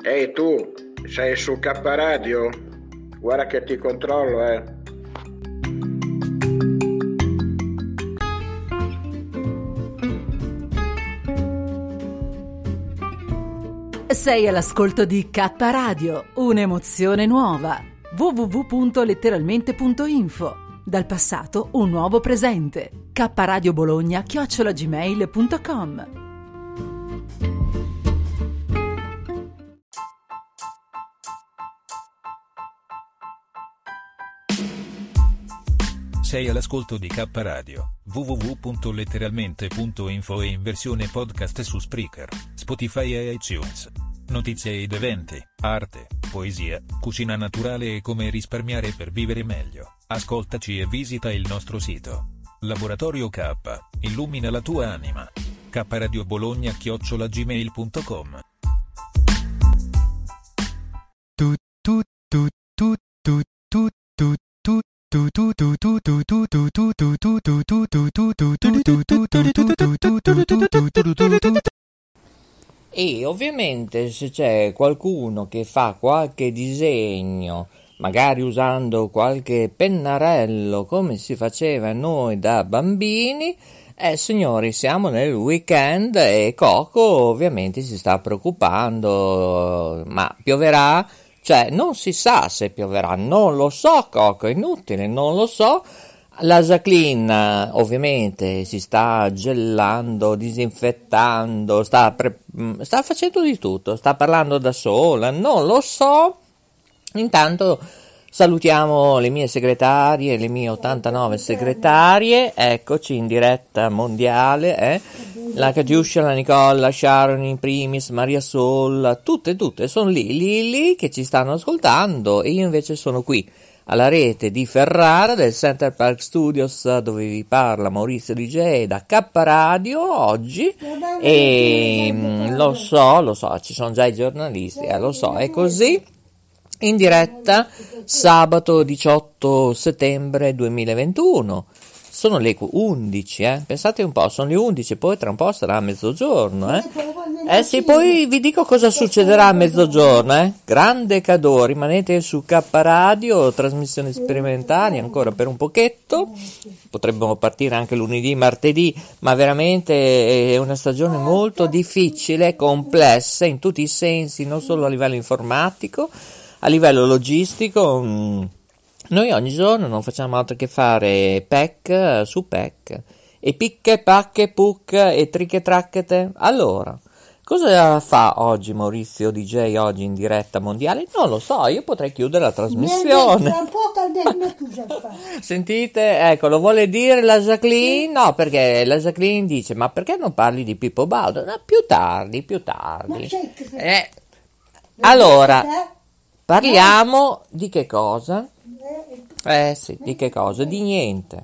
Ehi tu, sei su K Radio? Guarda che ti controllo, eh. Sei all'ascolto di K Radio, un'emozione nuova. www.letteralmente.info. Dal passato un nuovo presente. kradiobologna@gmail.com. Sei all'ascolto di K Radio, www.letteralmente.info e in versione podcast su Spreaker, Spotify e iTunes. Notizie ed eventi, arte, poesia, cucina naturale e come risparmiare per vivere meglio. Ascoltaci e visita il nostro sito. Laboratorio K, illumina la tua anima. kradiobologna@gmail.com. E ovviamente se c'è qualcuno che fa qualche disegno, magari usando qualche pennarello come si faceva noi da bambini, signori, siamo nel weekend e Coco ovviamente si sta preoccupando, ma pioverà? Cioè non si sa se pioverà, non lo so Coco, è inutile, non lo so. La Jacqueline ovviamente si sta gellando, disinfettando, sta facendo di tutto, sta parlando da sola, non lo so. Intanto salutiamo le mie segretarie, le mie 89 segretarie, eccoci in diretta mondiale, la Catiuscia, la Nicola, la Sharon in primis, Maria Sol, tutte sono lì che ci stanno ascoltando e io invece sono qui alla rete di Ferrara del Center Park Studios dove vi parla Maurizio DJ da K Radio oggi e lo so, ci sono già i giornalisti, lo so, è così, in diretta sabato 18 settembre 2021. Sono le 11, pensate un po', sono le 11, poi tra un po' sarà a mezzogiorno, sì, poi vi dico cosa succederà a mezzogiorno, grande cadeau, rimanete su K Radio, trasmissioni sperimentali ancora per un pochetto, potremmo partire anche lunedì, martedì, ma veramente è una stagione molto difficile, complessa in tutti i sensi, non solo a livello informatico, a livello logistico. Noi ogni giorno non facciamo altro che fare PEC su PEC e picche, pacche, puc e tricche tracchete. Allora, cosa fa oggi Maurizio DJ oggi in diretta mondiale? Non lo so, io potrei chiudere la trasmissione. Sentite, ecco, lo vuole dire la Jacqueline? No, perché la Jacqueline dice, ma perché non parli di Pippo Baudo? No, più tardi. Allora, parliamo di che cosa? Sì, di che cosa? Di niente.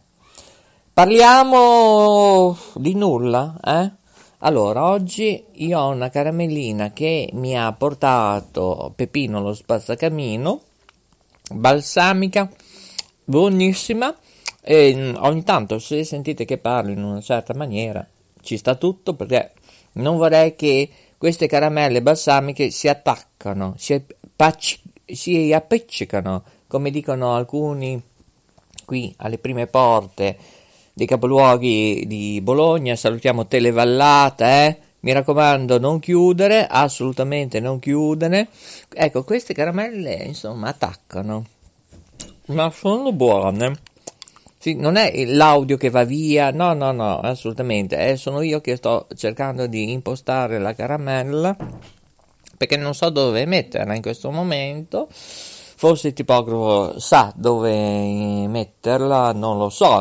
Parliamo di nulla, Allora, oggi io ho una caramellina che mi ha portato Peppino lo spazzacamino, balsamica, buonissima, e ogni tanto se sentite che parlo in una certa maniera ci sta tutto, perché non vorrei che queste caramelle balsamiche si attaccano, si appiccicano, come dicono alcuni qui alle prime porte dei capoluoghi di Bologna. Salutiamo Televallata, mi raccomando non chiudere, assolutamente non chiudere. Ecco, queste caramelle insomma attaccano, ma sono buone. Sì, non è l'audio che va via, no, assolutamente, sono io che sto cercando di impostare la caramella perché non so dove metterla in questo momento. Forse il tipografo sa dove metterla, non lo so,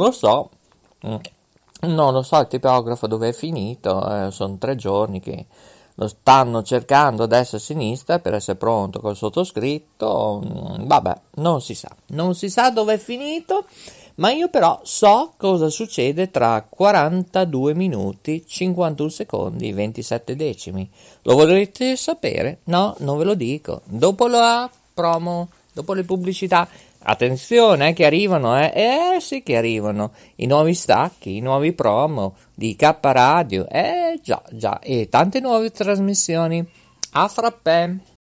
il tipografo dove è finito, sono 3 giorni che lo stanno cercando a destra e a sinistra per essere pronto col sottoscritto, vabbè, non si sa dove è finito, ma io però so cosa succede tra 42 minuti, 51 secondi, 27 decimi. Lo volete sapere? No, non ve lo dico. Dopo la promo, dopo le pubblicità, attenzione che arrivano, sì che arrivano i nuovi stacchi, i nuovi promo di K Radio, già, e tante nuove trasmissioni. A frappè.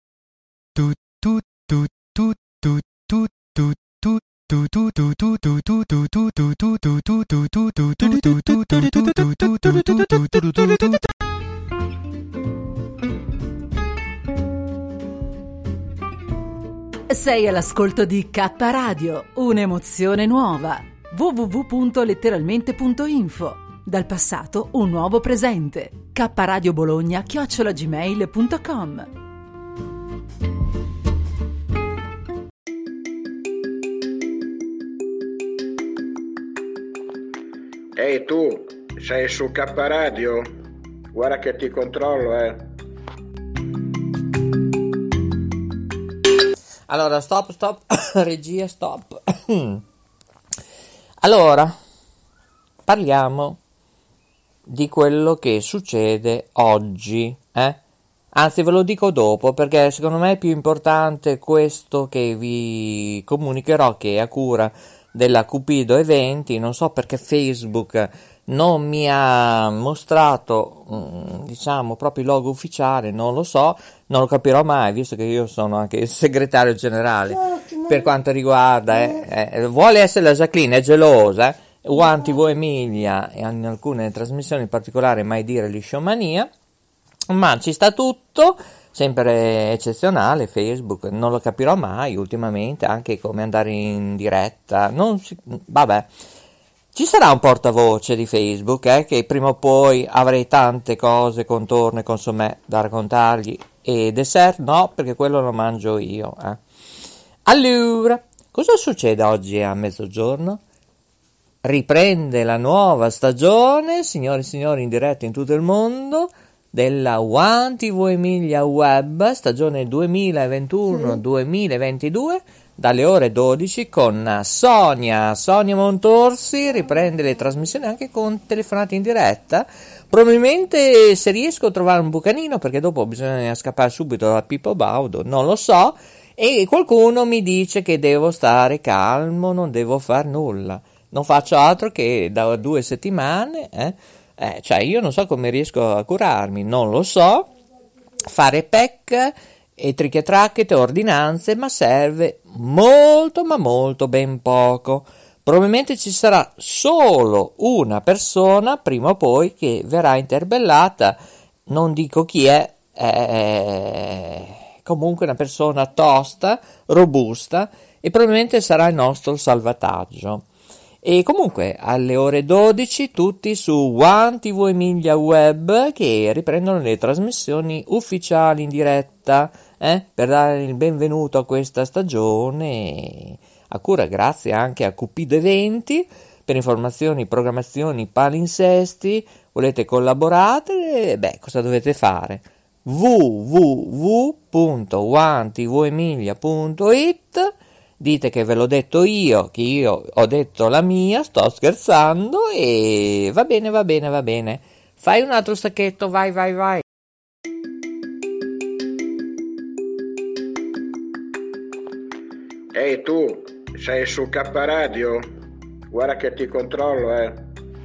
Sei all'ascolto di K Radio, un'emozione nuova. www.letteralmente.info. Dal passato un nuovo presente. kradiobologna@gmail.com. Ehi tu, sei su K Radio? Guarda che ti controllo, Allora, stop, regia, stop. Allora, parliamo di quello che succede oggi, Anzi, ve lo dico dopo, perché secondo me è più importante questo che vi comunicherò, che è a cura della Cupido Eventi. Non so perché Facebook non mi ha mostrato, proprio il logo ufficiale, non lo so, non lo capirò mai, visto che io sono anche il segretario generale per quanto riguarda, vuole essere la Jacqueline, è gelosa, Wantivo Emilia, e in alcune trasmissioni in particolare mai dire Lisciomania, ma ci sta tutto, sempre eccezionale Facebook, non lo capirò mai ultimamente, anche come andare in diretta, vabbè. Ci sarà un portavoce di Facebook, che prima o poi avrei tante cose, contorno e consomè da raccontargli, e dessert no, perché quello lo mangio io. Allora, cosa succede oggi a mezzogiorno? Riprende la nuova stagione, signore e signori, in diretta in tutto il mondo, della Wantivo Emilia Web, stagione 2021-2022, dalle ore 12 con Sonia Montorsi. Riprende le trasmissioni anche con telefonate in diretta, probabilmente se riesco a trovare un bucanino, perché dopo bisogna scappare subito da Pippo Baudo, non lo so, e qualcuno mi dice che devo stare calmo, non devo far nulla, non faccio altro che da 2 settimane, cioè io non so come riesco a curarmi, non lo so, fare PEC e trichetracchete, ordinanze, ma serve molto ma molto ben poco. Probabilmente ci sarà solo una persona prima o poi che verrà interbellata, non dico chi è, comunque una persona tosta, robusta, e probabilmente sarà il nostro salvataggio. E comunque alle ore 12 tutti su Wantivo Emilia Web, che riprendono le trasmissioni ufficiali in diretta, per dare il benvenuto a questa stagione, a cura grazie anche a Cupido Eventi. Per informazioni, programmazioni, palinsesti, volete collaborare, cosa dovete fare? www.wantivoemilia.it. Dite che ve l'ho detto io, che io ho detto la mia, sto scherzando, e va bene. Fai un altro stacchetto, vai. Ehi tu, sei su K Radio? Guarda che ti controllo,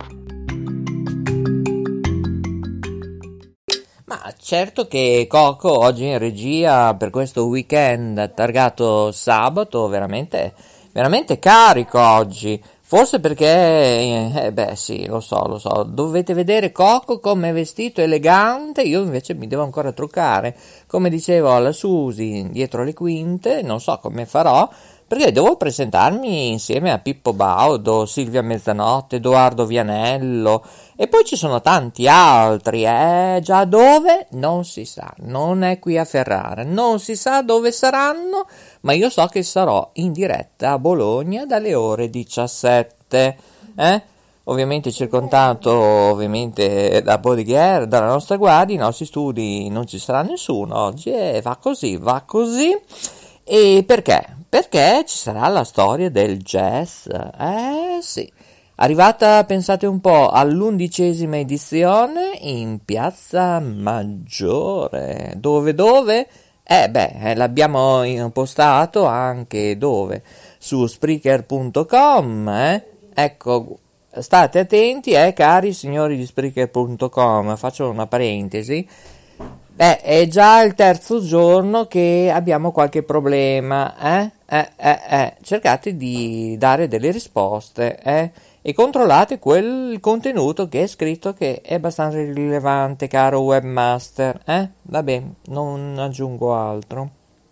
Ma certo che Coco oggi in regia per questo weekend targato sabato, veramente carico oggi. Forse perché, sì, lo so, dovete vedere Coco come è vestito, elegante, io invece mi devo ancora truccare. Come dicevo alla Susi dietro le quinte, non so come farò, perché devo presentarmi insieme a Pippo Baudo, Silvia Mezzanotte, Edoardo Vianello, e poi ci sono tanti altri, già dove? Non si sa, non è qui a Ferrara, non si sa dove saranno, ma io so che sarò in diretta a Bologna dalle ore 17, Ovviamente circondato da bodyguard, dalla nostra guardia, i nostri studi non ci sarà nessuno oggi, e va così. E perché? Perché ci sarà la storia del jazz, sì. Arrivata, pensate un po', all'11ª edizione in Piazza Maggiore. Dove? L'abbiamo postato anche dove? Su Spreaker.com, Ecco, state attenti, cari signori di Spreaker.com, faccio una parentesi. È già il terzo giorno che abbiamo qualche problema, Cercate di dare delle risposte, E controllate quel contenuto che è scritto, che è abbastanza rilevante, caro webmaster, Vabbè, non aggiungo altro.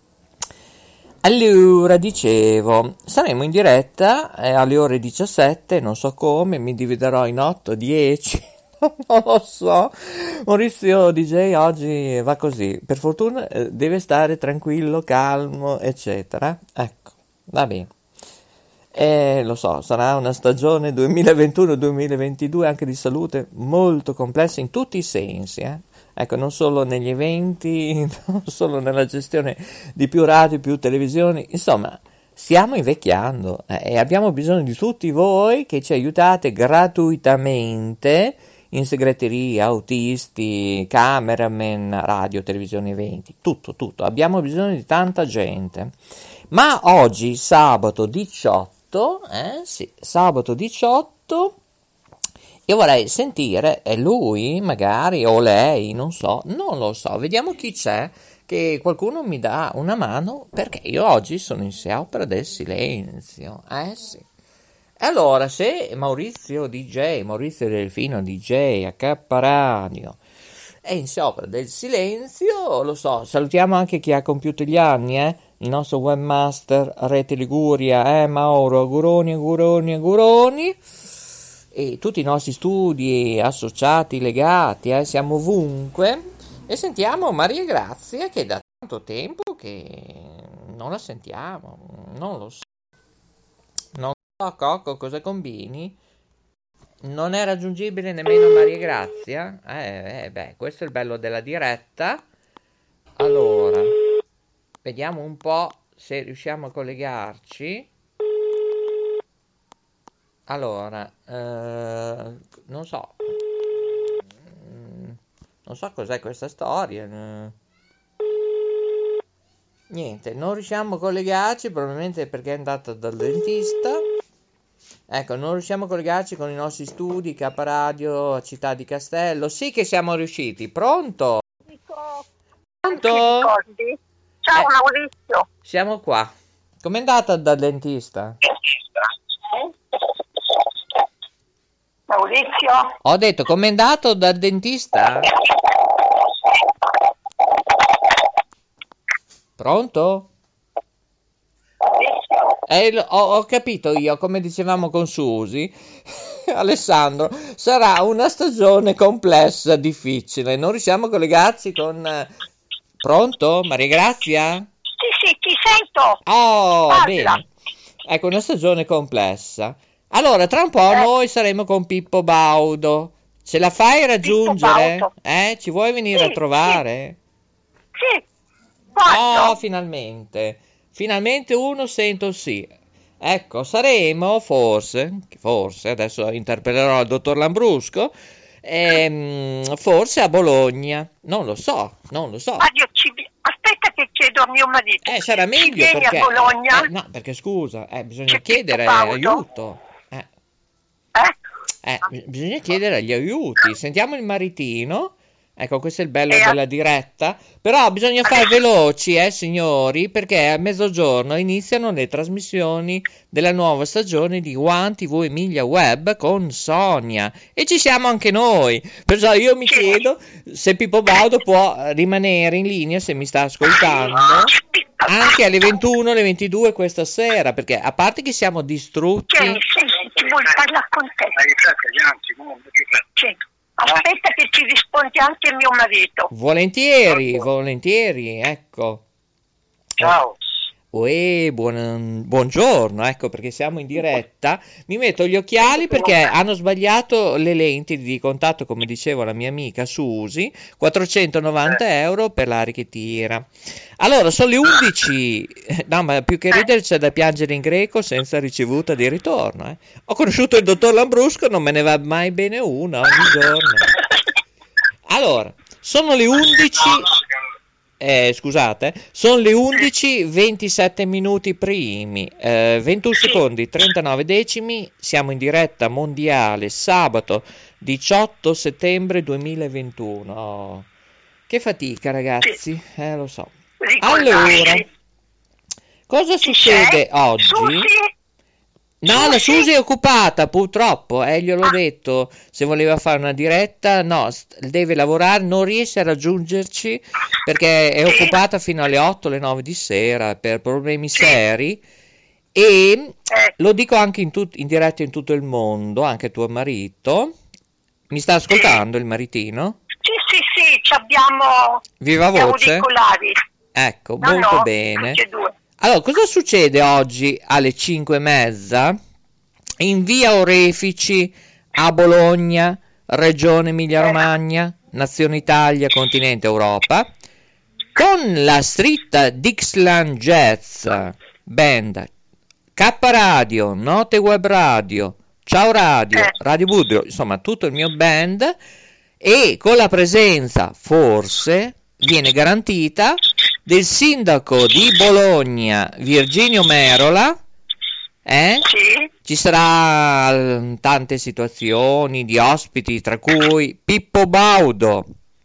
Allora, dicevo, saremo in diretta alle ore 17, non so come, mi dividerò in 8, 10, non lo so. Maurizio DJ oggi va così, per fortuna deve stare tranquillo, calmo, eccetera. Ecco, va bene. Lo so, sarà una stagione 2021-2022 anche di salute molto complessa in tutti i sensi, Ecco, non solo negli eventi, non solo nella gestione di più radio, più televisioni, insomma, stiamo invecchiando e abbiamo bisogno di tutti voi che ci aiutate gratuitamente in segreteria, autisti, cameraman, radio, televisione, eventi, tutto. Abbiamo bisogno di tanta gente. Ma oggi, sabato 18, sabato 18, io vorrei sentire lui, magari, o lei, non lo so, vediamo chi c'è, che qualcuno mi dà una mano, perché io oggi sono in sciopero del silenzio, sì. E allora, se Maurizio Delfino DJ a K Radio è in sciopero del silenzio, lo so, salutiamo anche chi ha compiuto gli anni, il nostro webmaster Rete Liguria, Mauro, auguroni, e tutti i nostri studi associati, legati, siamo ovunque, e sentiamo Maria Grazia, che da tanto tempo che non la sentiamo, non lo so, Cocco, cosa combini? Non è raggiungibile nemmeno Maria Grazia? Questo è il bello della diretta. Allora, vediamo un po' se riusciamo a collegarci. Allora, non so cos'è questa storia. Niente, non riusciamo a collegarci, probabilmente perché è andata dal dentista. Ecco, non riusciamo a collegarci con i nostri studi, K Radio a Città di Castello. Sì che siamo riusciti. Pronto? Pronto? Ciao Maurizio. Siamo qua. Com'è andata dal dentista? Maurizio? Ho detto, com'è andato dal dentista? Pronto? Ho capito io, come dicevamo con Susi, Alessandro, sarà una stagione complessa, difficile, non riusciamo a collegarci con... Pronto? Maria Grazia? Sì, ti sento. Oh, Parla. bene. Ecco, una stagione complessa. Allora, tra un po' noi saremo con Pippo Baudo. Ce la fai a raggiungere? Ci vuoi venire a trovare? Sì. Quando? Oh, finalmente. Finalmente uno sento sì. Ecco, saremo forse, adesso interpellerò il dottor Lambrusco, forse a Bologna, non lo so. Aspetta che chiedo a mio marito. Sarà meglio vieni perché... a Bologna? no, perché scusa, bisogna C'è chiedere Pippo Baudo? aiuto. Bisogna chiedere gli aiuti. Sentiamo il maritino. Ecco, questo è il bello della diretta. Però bisogna fare veloci, signori, perché a mezzogiorno iniziano le trasmissioni della nuova stagione di One TV Emilia Web con Sonia. E ci siamo anche noi. Perciò io mi chiedo se Pippo Baudo può rimanere in linea, se mi sta ascoltando, anche alle 21, alle 22 questa sera, perché a parte che siamo distrutti... Ti vuoi parlare con te? Aspetta che ci rispondi anche mio marito. Volentieri, ecco. Ciao. Buongiorno, ecco, perché siamo in diretta. Mi metto gli occhiali perché hanno sbagliato le lenti di contatto, come diceva la mia amica Susi, 490 euro per l'aria che tira. Allora, sono le 11. No, ma più che ridere c'è da piangere in greco senza ricevuta di ritorno. Ho conosciuto il dottor Lambrusco, non me ne va mai bene una ogni giorno. Allora, sono le 11... scusate, sono le 11, 27 minuti primi, 21 secondi, 39 decimi, siamo in diretta mondiale sabato 18 settembre 2021. Che fatica, ragazzi, lo so. Ricordarsi. Allora, cosa succede oggi? Susi? No, la Susi? Susi è occupata, purtroppo, gliel'ho detto, se voleva fare una diretta, no, deve lavorare, non riesce a raggiungerci perché è occupata fino alle 8, alle 9 di sera per problemi seri e lo dico anche in diretta in tutto il mondo, anche tuo marito. Mi sta ascoltando il maritino? Sì, abbiamo Viva gli voce? auricolari. Ecco, No, molto no, bene. tutti e due. Allora, cosa succede oggi alle 5:30 in via Orefici a Bologna, Regione Emilia-Romagna, Nazione Italia, Continente Europa, con la scritta Dixieland Jazz Band, K Radio, Note Web Radio, Ciao Radio, Radio Budrio, insomma tutto il mio band, e con la presenza, forse, viene garantita, del sindaco di Bologna, Virginio Merola, Sì. Ci sarà tante situazioni di ospiti, tra cui Pippo Baudo,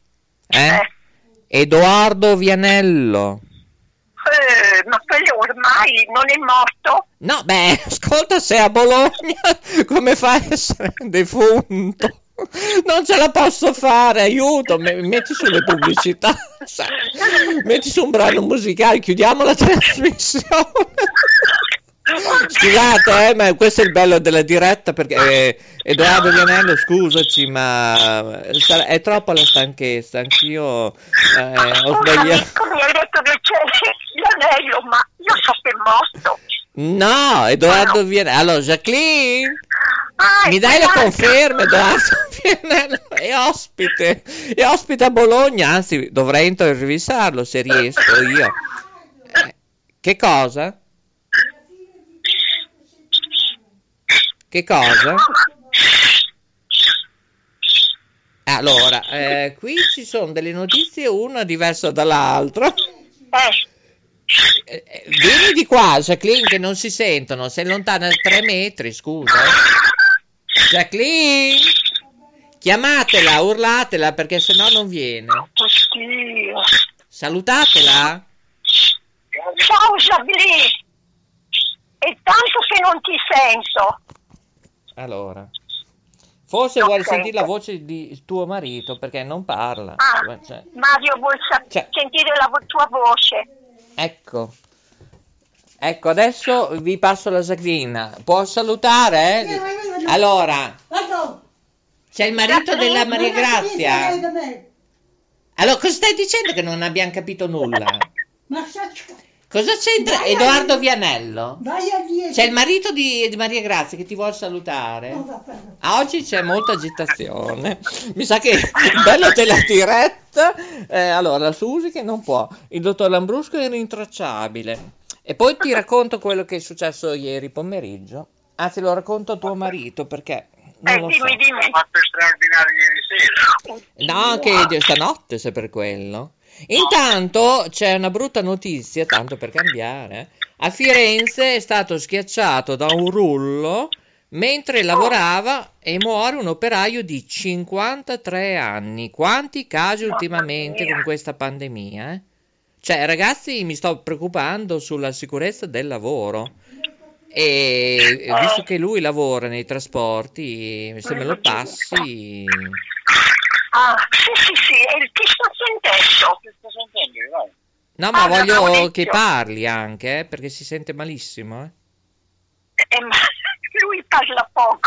Edoardo Vianello. Ma quello ormai non è morto? No, beh, ascolta, sei a Bologna, come fai a essere defunto? Non ce la posso fare, aiuto, metti sulle pubblicità, metti su un brano musicale, chiudiamo la trasmissione. Scusate, ma questo è il bello della diretta, perché Edoardo Vianello, scusaci, ma è troppa la stanchezza, anch'io ho sbagliato. Mi hai detto che c'è Vianello, ma io so che è morto. No, Edoardo Vianello. Allora, Jacqueline, mi dai la conferma? Edoardo Vianello è ospite a Bologna, anzi dovrei intervistarlo se riesco io. Che cosa? Che cosa? Allora, qui ci sono delle notizie, una diversa dall'altra. Vieni di qua, Jacqueline, che non si sentono, sei lontana 3 metri, scusa. Jacqueline, chiamatela, urlatela, perché sennò non viene. Oddio. Salutatela. Ciao Jacqueline. È tanto che non ti sento. Allora, forse vuole sentire la voce di tuo marito, perché non parla. Cioè, Mario vuol sentire la tua voce. Ecco, adesso vi passo la Jacqueline. Può salutare? Allora, c'è il marito della Maria Grazia. Allora, cosa stai dicendo che non abbiamo capito nulla? Cosa c'entra Edoardo Vianello? C'è il marito di Maria Grazia che ti vuole salutare. Oggi c'è molta agitazione. Mi sa che il bello della diretta. Allora, la Susi che non può. Il dottor Lambrusco è rintracciabile. E poi ti racconto quello che è successo ieri pomeriggio. Anzi, lo racconto a tuo marito perché non lo so. Dimmi. Fatto straordinario ieri sera. No, anche stanotte, se per quello. Intanto c'è una brutta notizia, tanto per cambiare. A Firenze è stato schiacciato da un rullo mentre lavorava e muore un operaio di 53 anni. Quanti casi ultimamente con questa pandemia? Cioè, ragazzi, mi sto preoccupando sulla sicurezza del lavoro. E visto che lui lavora nei trasporti, se me lo passi... Sì, e ti sto sentendo. No, ma voglio che parli anche, perché si sente malissimo, ma lui parla poco.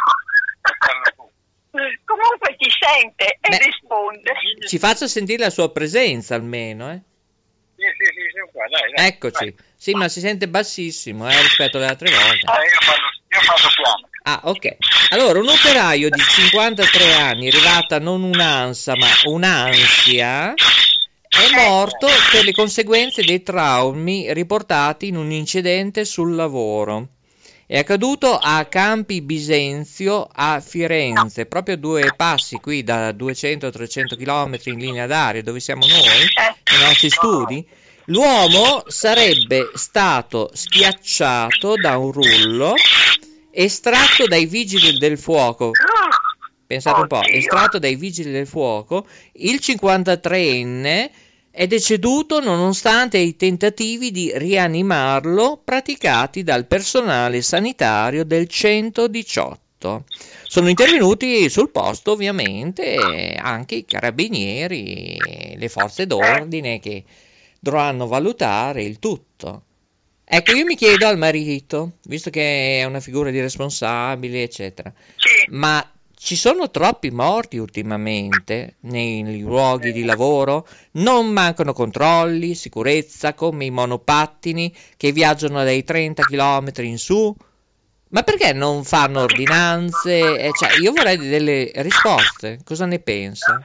Comunque ti sente e risponde. Ci faccia sentire la sua presenza almeno, Sì, sono qua, dai. Eccoci. Sì, ma si sente bassissimo, rispetto alle altre volte. Io faccio piano. Ah, ok. Allora, un operaio di 53 anni, arrivata non un'ansia, ma un'ansia, è morto per le conseguenze dei traumi riportati in un incidente sul lavoro. È accaduto a Campi Bisenzio a Firenze, proprio a 2 passi qui da 200-300 km in linea d'aria dove siamo noi, nei nostri studi. L'uomo sarebbe stato schiacciato da un rullo estratto dai vigili del fuoco pensate un po', Oddio. estratto dai vigili del fuoco, il 53enne è deceduto nonostante i tentativi di rianimarlo praticati dal personale sanitario del 118. Sono intervenuti sul posto ovviamente anche i carabinieri, le forze d'ordine che dovranno valutare il tutto. Ecco, io mi chiedo al marito, visto che è una figura di responsabile, eccetera, Sì. ma ci sono troppi morti ultimamente nei luoghi di lavoro? Non mancano controlli, sicurezza, come i monopattini che viaggiano dai 30 km in su? Ma perché non fanno ordinanze? Cioè, io vorrei delle risposte. Cosa ne pensa?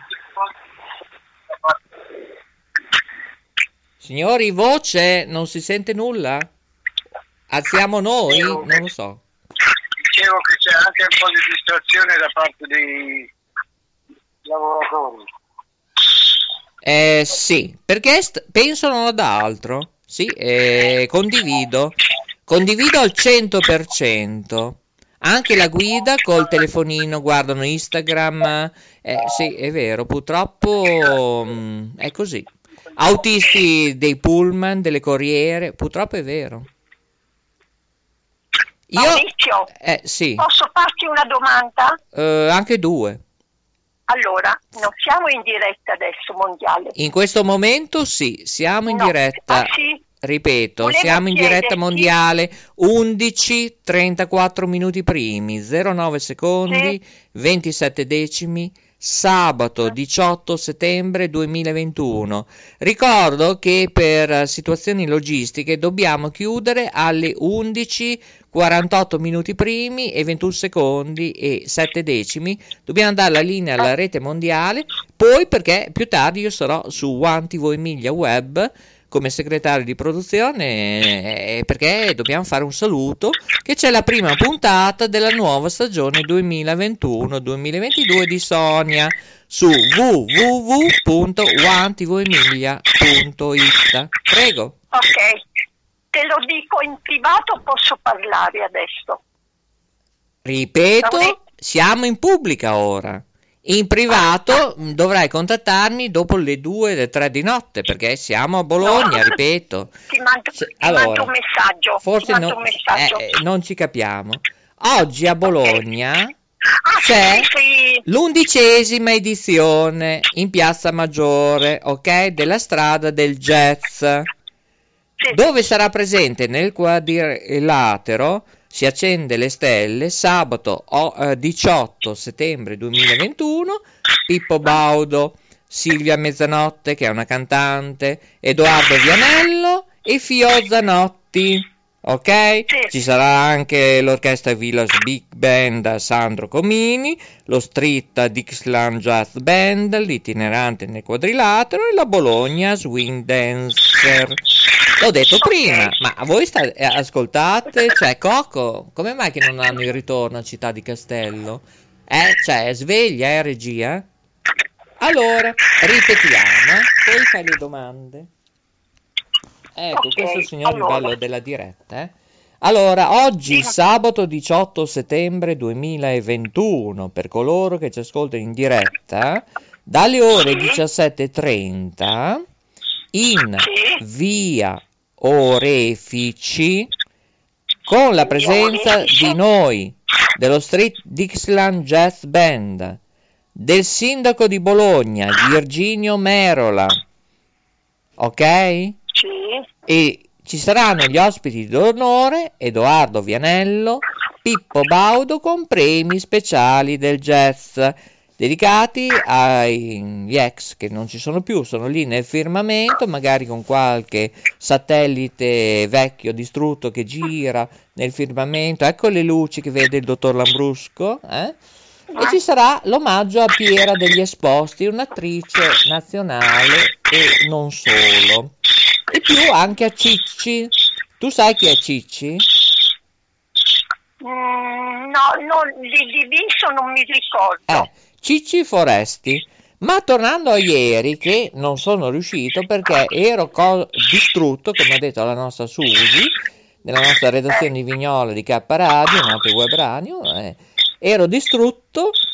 Signori, voce, non si sente nulla? Alziamo noi? Non lo so. Dicevo che c'è anche un po' di distrazione da parte dei lavoratori. Sì, perché pensano ad altro. Sì, condivido al 100%. Anche la guida col telefonino, guardano Instagram. Sì, è vero, purtroppo è così. Autisti dei pullman, delle corriere, purtroppo è vero. Maurizio, Sì, posso farti una domanda? anche due. Allora, non siamo in diretta adesso, mondiale. In questo momento sì, siamo in No. diretta. Ah, sì? Ripeto, Volevo siamo in diretta chiederti- mondiale 11 34 minuti primi, 09 secondi, 27 decimi, sabato 18 settembre 2021. Ricordo che per situazioni logistiche dobbiamo chiudere alle 11 48 minuti primi e 21 secondi e 7 decimi. Dobbiamo dare la linea alla rete mondiale, poi perché più tardi io sarò su One TV Emilia Web come segretario di produzione, perché dobbiamo fare un saluto, che c'è la prima puntata della nuova stagione 2021-2022 di Sonia su www.onetvemilia.it. Prego. Ok, te lo dico in privato, posso parlare adesso? Ripeto, siamo in pubblica ora. In privato dovrai contattarmi dopo le 2 le 3 di notte, perché siamo a Bologna, No. ripeto. Ti mando un messaggio. Forse ti mando un messaggio. non ci capiamo. Oggi a Bologna Ah, c'è sì. l'11ª edizione in Piazza Maggiore, ok, della strada del jazz, Sì. dove sarà presente nel quadrilatero Si accende le stelle sabato 18 settembre 2021 Pippo Baudo, Silvia Mezzanotte che è una cantante, Edoardo Vianello e Fio Zanotti, ok? Sì. Ci sarà anche l'orchestra Village Big Band Sandro Comini, lo Street Dixieland Jazz Band, l'itinerante nel quadrilatero e la Bologna Swing Dancer. L'ho detto prima, ma voi ascoltate, cioè Coco, come mai che non hanno il ritorno a Città di Castello? Cioè, sveglia, regia? Allora, ripetiamo, poi fai le domande. Ecco, Ok, questo è il signor allora. bello della diretta, Allora, oggi, sabato 18 settembre 2021, per coloro che ci ascoltano in diretta, dalle ore 17:30, in via Orefici, con la presenza di noi, dello Street Dixieland Jazz Band, del sindaco di Bologna, Virginio Merola, ok? Sì. E ci saranno gli ospiti d'onore, Edoardo Vianello, Pippo Baudo, con premi speciali del jazz, dedicati agli ex che non ci sono più, sono lì nel firmamento, magari con qualche satellite vecchio distrutto che gira nel firmamento. Ecco le luci che vede il dottor Lambrusco, E ci sarà l'omaggio a Piera degli Esposti, un'attrice nazionale e non solo, e più anche a Cicci. Tu sai chi è Cicci? No, di viso non mi ricordo. Cicci Foresti. Ma tornando a ieri, che non sono riuscito perché ero distrutto, come ha detto la nostra Susi, nella nostra redazione di Vignola di K Radio, Note Web Radio, ero distrutto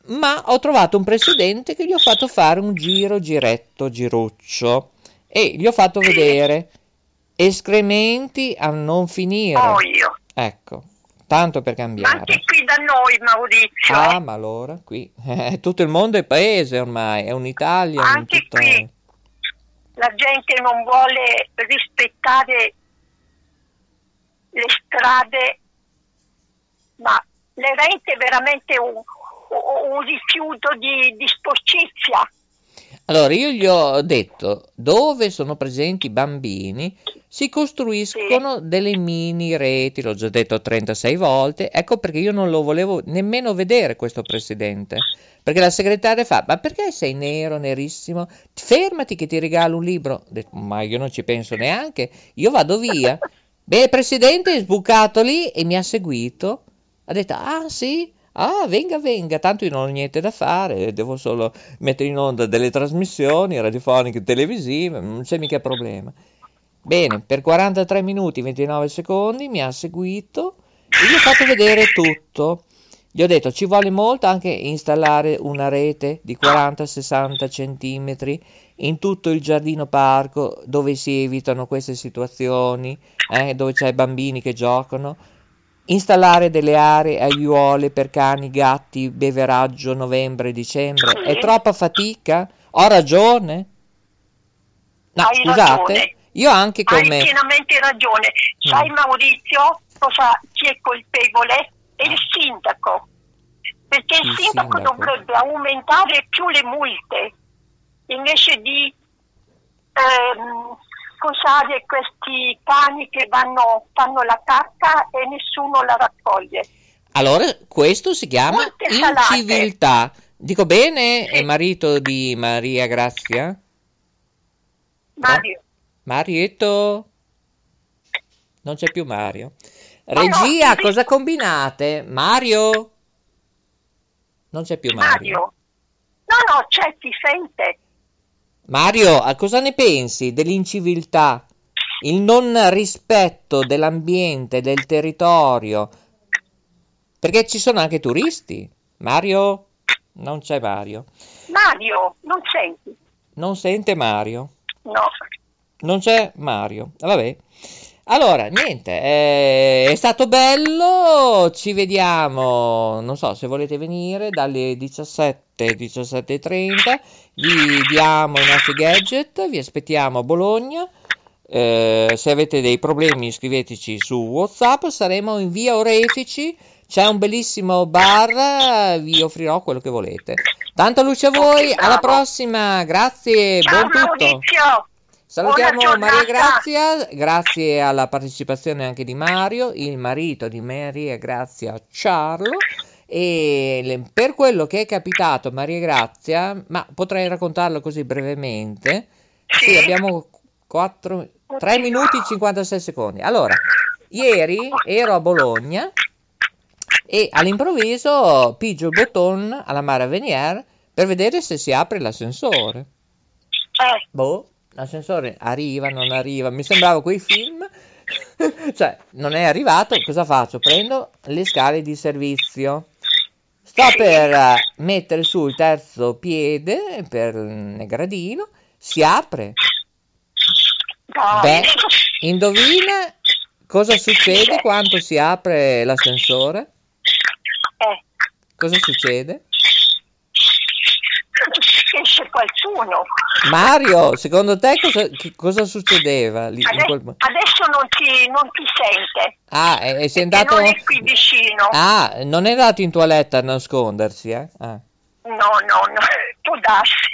ma ho trovato un presidente che gli ho fatto fare un giruccio e gli ho fatto vedere escrementi a non finire. Io. Ecco, tanto per cambiare. Anche qui da noi, Maurizio. Ah, ma allora, qui tutto il mondo è paese ormai, è un'Italia. Anche tutta... qui la gente non vuole rispettare le strade, ma le rete è veramente un rifiuto di sporcizia. Allora, io gli ho detto, dove sono presenti bambini si costruiscono delle mini reti, l'ho già detto 36 volte, ecco perché io non lo volevo nemmeno vedere questo presidente, perché la segretaria fa, ma perché sei nero, nerissimo? Fermati che ti regalo un libro. Ho detto, ma io non ci penso neanche, io vado via. Beh, il presidente è sbucato lì e mi ha seguito, ha detto, ah sì? Ah, venga, tanto io non ho niente da fare, devo solo mettere in onda delle trasmissioni radiofoniche e televisive, non c'è mica problema. Bene, per 43 minuti e 29 secondi mi ha seguito e gli ho fatto vedere tutto. Gli ho detto, ci vuole molto anche installare una rete di 40-60 centimetri in tutto il giardino parco dove si evitano queste situazioni, dove c'è bambini che giocano. Installare delle aree aiuole per cani, gatti, beveraggio novembre e dicembre è troppa fatica? Ho ragione? No, Hai scusate, ragione. io anche come... Hai pienamente ragione. Sai Maurizio chi è colpevole? È il sindaco. Perché il sindaco dovrebbe aumentare più le multe invece di scusare questi cani che fanno la cacca e nessuno la raccoglie. Allora, questo si chiama inciviltà. Dico bene? Sì. È marito di Maria Grazia? Mario. Marietto? Non c'è più Mario. Regia, cosa combinate? Mario? Non c'è più Mario. No, c'è, ti sente. Mario, a cosa ne pensi dell'inciviltà, il non rispetto dell'ambiente, del territorio? Perché ci sono anche turisti. Mario? Non c'è Mario. Mario, non senti? Non sente Mario? No. Non c'è Mario. Vabbè. Allora, niente, è stato bello, ci vediamo, non so se volete venire, dalle 17:30, vi diamo i nostri gadget, vi aspettiamo a Bologna, se avete dei problemi scriveteci su WhatsApp, saremo in via Oretici, c'è un bellissimo bar, vi offrirò quello che volete. Tanta luce a voi, alla prossima, grazie, ciao, buon tutto. Maurizio. Salutiamo Maria Grazia, grazie alla partecipazione anche di Mario, il marito di Maria Grazia, Charlo, e per quello che è capitato Maria Grazia, ma potrei raccontarlo così brevemente, sì, abbiamo 3 minuti e 56 secondi. Allora, ieri ero a Bologna e all'improvviso pigio il bottone alla Mara Venier per vedere se si apre l'ascensore. L'ascensore arriva, non arriva, mi sembrava quei film, cioè non è arrivato, cosa faccio? Prendo le scale di servizio, sto per mettere su il terzo piede nel gradino, si apre. Beh, indovina cosa succede quando si apre l'ascensore? Cosa succede? Esce qualcuno. Mario, secondo te cosa succedeva lì? Adesso non ti sente. Sei andato... non è qui vicino. Non è andato in toilette a nascondersi, No, può darsi.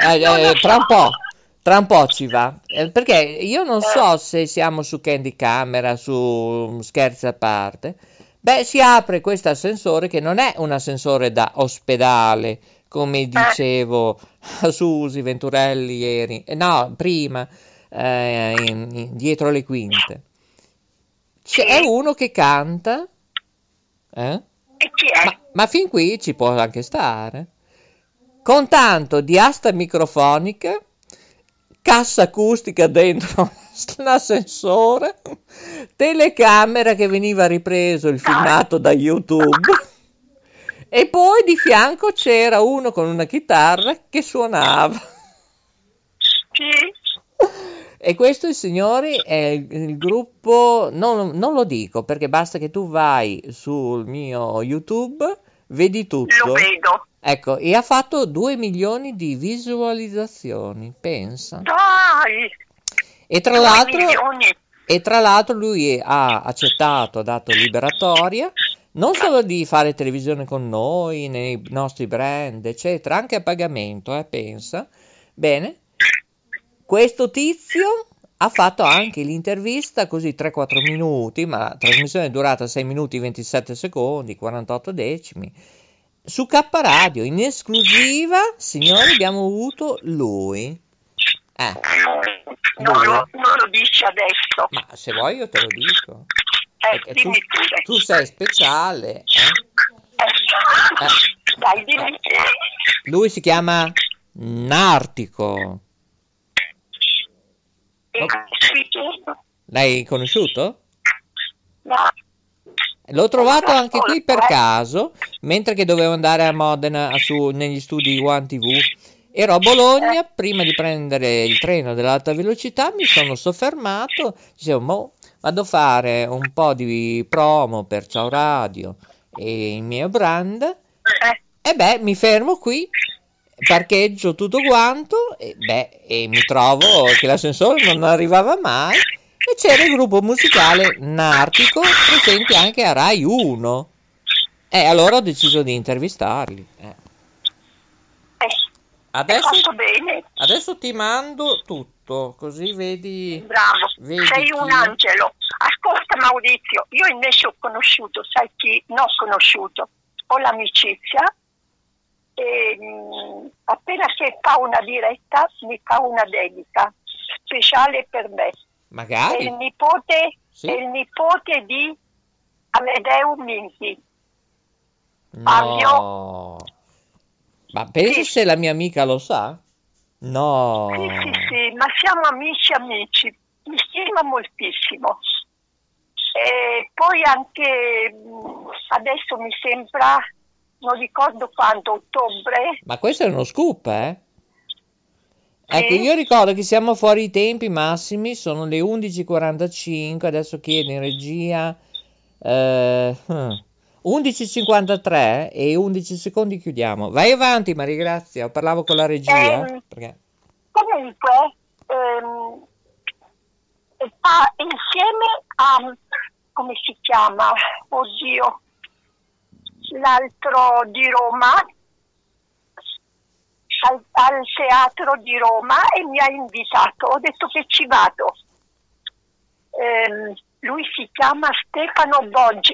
Tra un po' ci va, perché io non so se siamo su Candy Camera, su scherzi a parte. Beh, si apre questo ascensore che non è un ascensore da ospedale, come dicevo a Susi Venturelli ieri, no, prima, dietro le quinte. C'è uno che canta, E chi è? ma fin qui ci può anche stare, con tanto di asta microfonica, cassa acustica dentro l'ascensore, telecamera che veniva ripreso il filmato da YouTube E poi di fianco c'era uno con una chitarra che suonava. Sì. E questo, signori, è il gruppo, non lo dico perché basta che tu vai sul mio YouTube, vedi tutto. Lo vedo. Ecco, e ha fatto 2 milioni di visualizzazioni, pensa. Dai! E tra 2 l'altro, milioni. lui ha accettato, ha dato liberatoria, non solo di fare televisione con noi, nei nostri brand, eccetera, anche a pagamento, pensa. Bene. Questo tizio ha fatto anche l'intervista così 3-4 minuti, ma la trasmissione è durata 6 minuti 27 secondi, 48 decimi, su K Radio, in esclusiva, signori, abbiamo avuto lui. Non lo dici adesso. Ma se vuoi io te lo dico. Dimmi pure. Tu sei speciale. Dai, dimmi pure. Lui si chiama Nartico. L'hai conosciuto? No. L'ho trovato anche qui per caso, mentre che dovevo andare a Modena negli studi di One TV. Ero a Bologna, prima di prendere il treno dell'alta velocità mi sono soffermato, dicevo, vado a fare un po' di promo per Ciao Radio e il mio brand, e mi fermo qui, parcheggio tutto quanto, e mi trovo che l'ascensore non arrivava mai, e c'era il gruppo musicale Nartico, presente anche a Rai 1, e allora ho deciso di intervistarli. Adesso ti mando tutto, così vedi. Bravo, sei un angelo. Ascolta Maurizio, io invece ho conosciuto, sai chi? Non ho conosciuto, ho l'amicizia e appena che fa una diretta mi fa una dedica speciale per me. Magari. È il nipote di Amedeo Minchi. No. Ma pensi se la mia amica lo sa? No. Sì, ma siamo amici, mi stima moltissimo. E poi anche adesso mi sembra, non ricordo quando, ottobre. Ma questo è uno scoop, Sì. Ecco, io ricordo che siamo fuori i tempi massimi, sono le 11:45, adesso chiedo in regia 11:53 e 11 secondi chiudiamo. Vai avanti, Maria Grazia, parlavo con la regia. Perché... Comunque, sta insieme a, come si chiama? Oddio, l'altro di Roma, al teatro di Roma, e mi ha invitato, ho detto che ci vado. Lui si chiama Stefano Boggi.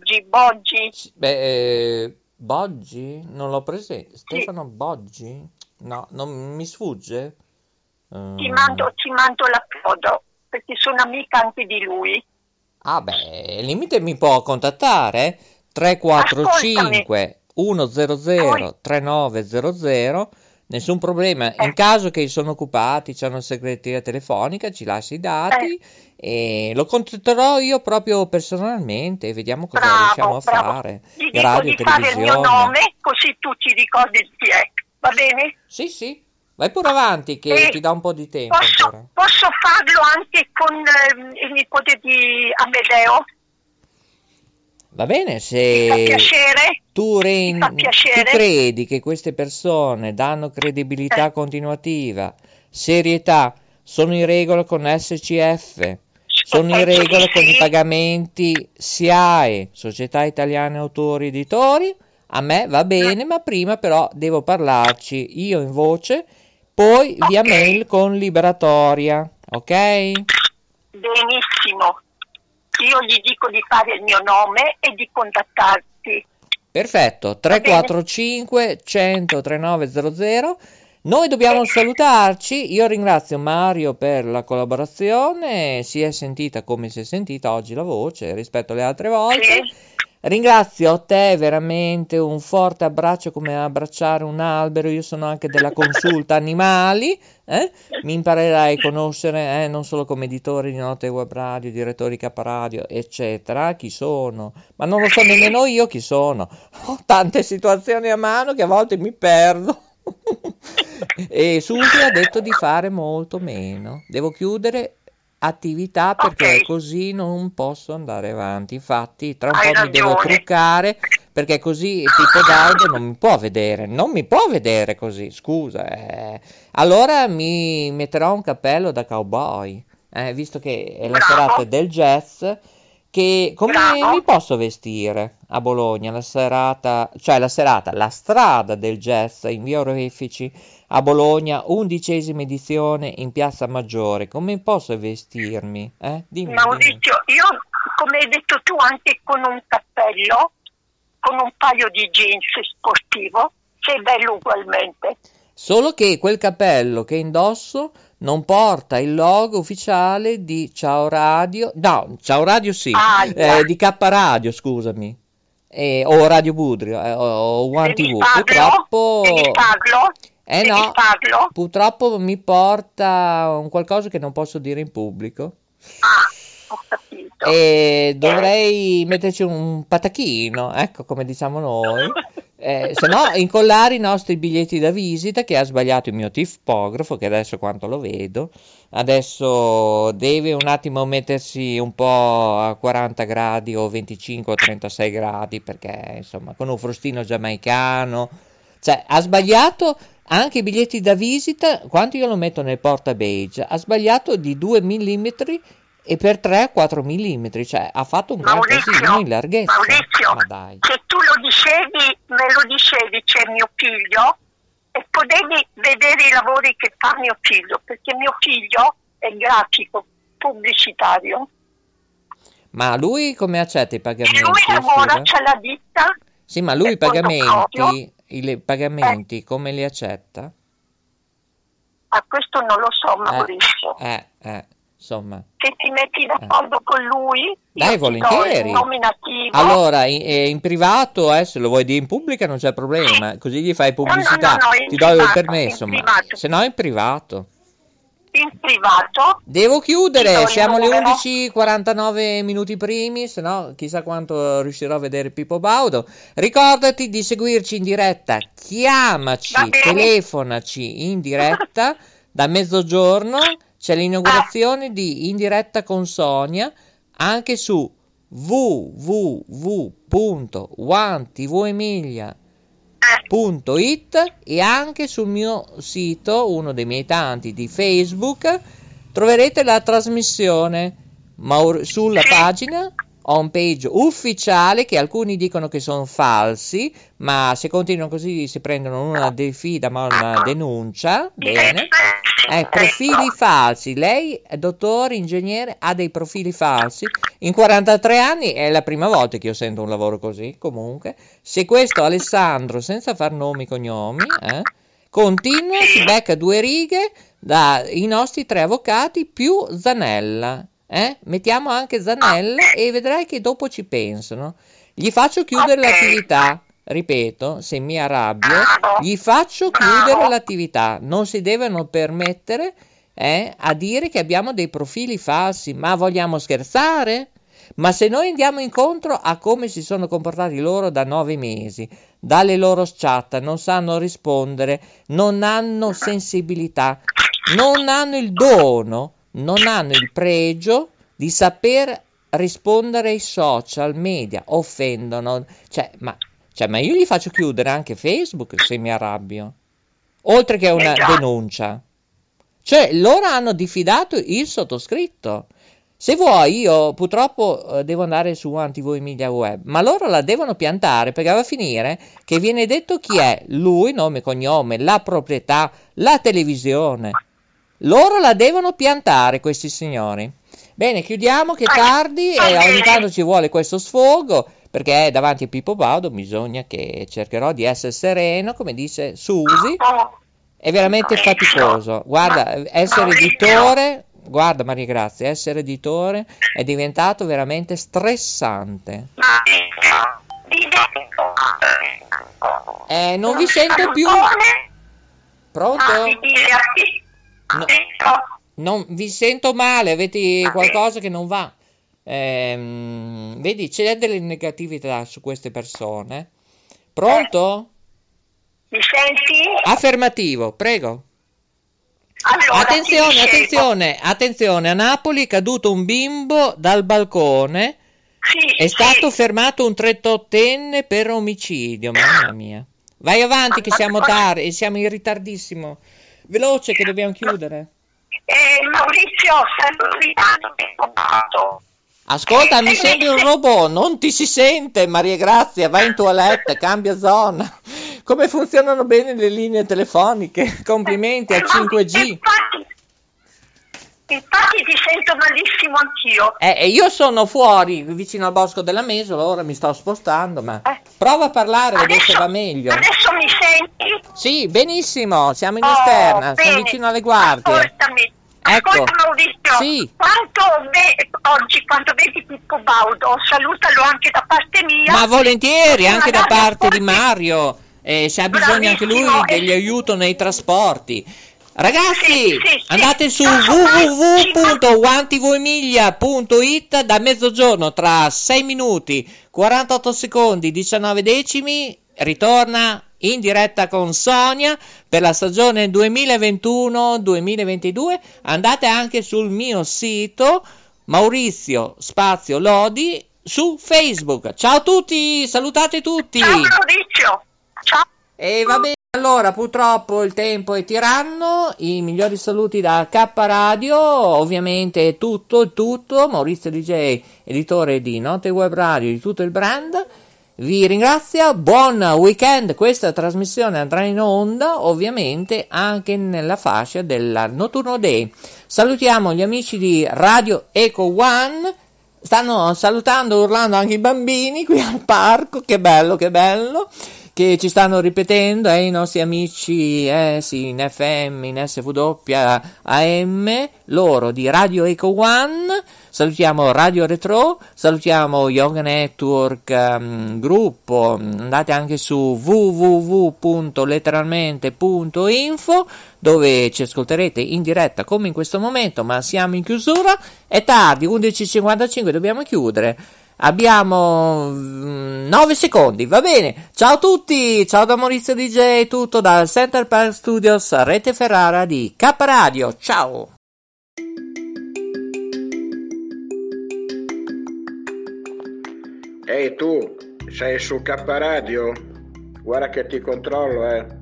Boggi? Non l'ho presente. Stefano Boggi? No, non mi sfugge. Ti mando la foto, perché sono amica anche di lui. Al limite mi può contattare 345 100 3900. Nessun problema, in caso che sono occupati, c'è una segreteria telefonica, ci lascia i dati e lo contatterò io proprio personalmente e vediamo cosa riusciamo a fare. Gli dico di fare il mio nome, così tu ti ricordi chi è, va bene? Sì, vai pure avanti che ti dà un po' di tempo ancora. Posso farlo anche con il nipote di Amedeo? Va bene, se tu credi che queste persone danno credibilità continuativa, serietà, sono in regola con SCF, sono in regola con i pagamenti SIAE, Società Italiane Autori Editori, a me va bene, ma prima però devo parlarci io in voce, poi via mail con liberatoria, ok? Benissimo. Io gli dico di fare il mio nome e di contattarti. Perfetto, 345 100 3900. Noi dobbiamo salutarci, io ringrazio Mario per la collaborazione, si è sentita come si è sentita oggi la voce rispetto alle altre volte. Sì. Ringrazio te veramente, un forte abbraccio come abbracciare un albero, io sono anche della consulta animali, mi imparerai a conoscere non solo come editore di Note Web Radio, direttore di K-Radio, eccetera, chi sono, ma non lo so nemmeno io chi sono, ho tante situazioni a mano che a volte mi perdo. E Susi ha detto di fare molto meno, devo chiudere attività perché così non posso andare avanti, infatti tra un po' mi devo truccare perché così Pippo Baudo non mi può vedere così, scusa, allora mi metterò un cappello da cowboy, visto che è la serata del jazz, che come mi posso vestire a Bologna la strada del jazz in via Orefici a Bologna, 11ª edizione in Piazza Maggiore, come posso vestirmi? Dimmi. Maurizio, io come hai detto tu anche con un cappello, con un paio di jeans sportivo, sei bello ugualmente. Solo che quel cappello che indosso non porta il logo ufficiale di Ciao Radio, no, Ciao Radio sì, di K Radio, scusami, o Radio Budrio, o One TV, purtroppo... Devi farlo? Purtroppo mi porta un qualcosa che non posso dire in pubblico. Ho capito. E dovrei metterci un patachino, ecco come diciamo noi. Se no incollare i nostri biglietti da visita, che ha sbagliato il mio tipografo, che adesso quanto lo vedo adesso deve un attimo mettersi un po' a 40 gradi o 25 o 36 gradi, perché insomma con un frustino giamaicano, cioè ha sbagliato anche i biglietti da visita. Quanto io lo metto nel porta beige, ha sbagliato di 2 mm e per 3-4 mm, cioè ha fatto un gran casino in larghezza. Maurizio, ma dai, se tu me lo dicevi, c'è mio figlio, e potevi vedere i lavori che fa mio figlio, perché mio figlio è grafico pubblicitario. ma lui come accetta i pagamenti? E lui lavora, c'è la ditta. Sì, ma lui i pagamenti come li accetta? A questo non lo so, Maurizio. Insomma, se ti metti d'accordo con lui, dai, volentieri. Nominativo. Allora, in privato, se lo vuoi dire in pubblica non c'è problema, così gli fai pubblicità, no, ti do il permesso, ma se no in privato. In privato. Devo chiudere, siamo alle 11:49 minuti primi, se no chissà quanto riuscirò a vedere Pippo Baudo. Ricordati di seguirci in diretta, chiamaci, telefonaci in diretta da mezzogiorno. C'è l'inaugurazione di In Diretta con Sonia anche su www.1tvemilia.it e anche sul mio sito, uno dei miei tanti di Facebook, troverete la trasmissione sulla pagina homepage ufficiale, che alcuni dicono che sono falsi, ma se continuano così si prendono una diffida ma una denuncia. Bene. Profili falsi. Lei, dottore, ingegnere, ha dei profili falsi. In 43 anni è la prima volta che io sento un lavoro così. Comunque, se questo Alessandro, senza far nomi e cognomi, continua, si becca 2 righe dai nostri 3 avvocati più Zanella. Mettiamo anche Zanella e vedrai che dopo ci pensano. Gli faccio chiudere l'attività. Ripeto, se mi arrabbio, gli faccio chiudere l'attività. Non si devono permettere a dire che abbiamo dei profili falsi. Ma vogliamo scherzare? Ma se noi andiamo incontro a come si sono comportati loro da 9 mesi, dalle loro chat, non sanno rispondere, non hanno sensibilità, non hanno il dono, non hanno il pregio di saper rispondere ai social media, offendono, ma io gli faccio chiudere anche Facebook se mi arrabbio, oltre che una denuncia. Cioè, loro hanno diffidato il sottoscritto. Se vuoi, io purtroppo devo andare su AntiVoy Media Web, ma loro la devono piantare, perché va a finire che viene detto chi è, lui, nome e cognome, la proprietà, la televisione. Loro la devono piantare, questi signori. Bene, chiudiamo che è tardi e ogni tanto ci vuole questo sfogo, perché davanti a Pippo Baudo bisogna che cercherò di essere sereno, come dice Susi, è veramente faticoso. Guarda, essere editore, guarda Maria Grazia, essere editore è diventato veramente stressante. Non vi sento più. Pronto? No, non vi sento male, avete qualcosa che non va. Vedi, c'è delle negatività su queste persone. Pronto? Mi senti? Affermativo, prego. Allora, attenzione, a Napoli è caduto un bimbo dal balcone, è stato fermato un 38enne per omicidio, mamma mia. Vai avanti che siamo tardi, siamo in ritardissimo. Veloce che dobbiamo chiudere. Maurizio, Ascolta, mi sembri un robot, non ti si sente, Maria Grazia, vai in toilette, cambia zona. Come funzionano bene le linee telefoniche? Complimenti al 5G. Infatti ti sento malissimo anch'io. Io sono fuori, vicino al Bosco della Mesola, ora mi sto spostando, ma prova a parlare, vedi se va meglio. Adesso mi senti? Sì, benissimo, siamo in esterna, siamo vicino alle guardie. Ascoltami. Ecco. Ascolta Maurizio, sì. Oggi quando vedi Pippo Baudo, salutalo anche da parte mia. Ma volentieri, anche da parte di Mario, se ha bisogno anche lui degli aiuto nei trasporti. Ragazzi, andate su www.1tvemiglia.it, da mezzogiorno tra 6 minuti 48 secondi 19 decimi ritorna in diretta con Sonia per la stagione 2021-2022. Andate anche sul mio sito Maurizio Spazio Lodi su Facebook. Ciao a tutti, salutate tutti. Ciao Maurizio. Ciao. E va bene, allora purtroppo il tempo è tiranno. I migliori saluti da K Radio, ovviamente è tutto, Maurizio DJ, editore di Notte Web Radio, di tutto il brand. Vi ringrazio, buon weekend. Questa trasmissione andrà in onda ovviamente anche nella fascia del Notturno Day. Salutiamo gli amici di Radio Eco One, stanno salutando, urlando anche i bambini qui al parco, che bello, che ci stanno ripetendo, i nostri amici sì, in FM, in SW, AM, loro di Radio Eco One. Salutiamo Radio Retro, salutiamo Yoga Network gruppo, andate anche su www.letteralmente.info dove ci ascolterete in diretta come in questo momento, ma siamo in chiusura, è tardi, 11:55, dobbiamo chiudere. Abbiamo 9 secondi, va bene. Ciao a tutti, ciao da Maurizio DJ, tutto dal Center Park Studios, Rete Ferrara di K Radio. Ciao. Ehi tu, sei su K Radio? Guarda che ti controllo,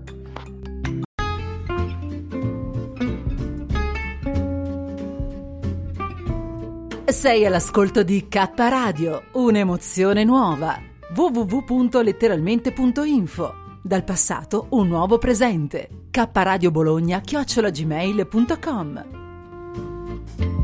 Sei all'ascolto di K Radio, un'emozione nuova. www.letteralmente.info. Dal passato un nuovo presente. kradiobologna@gmail.com.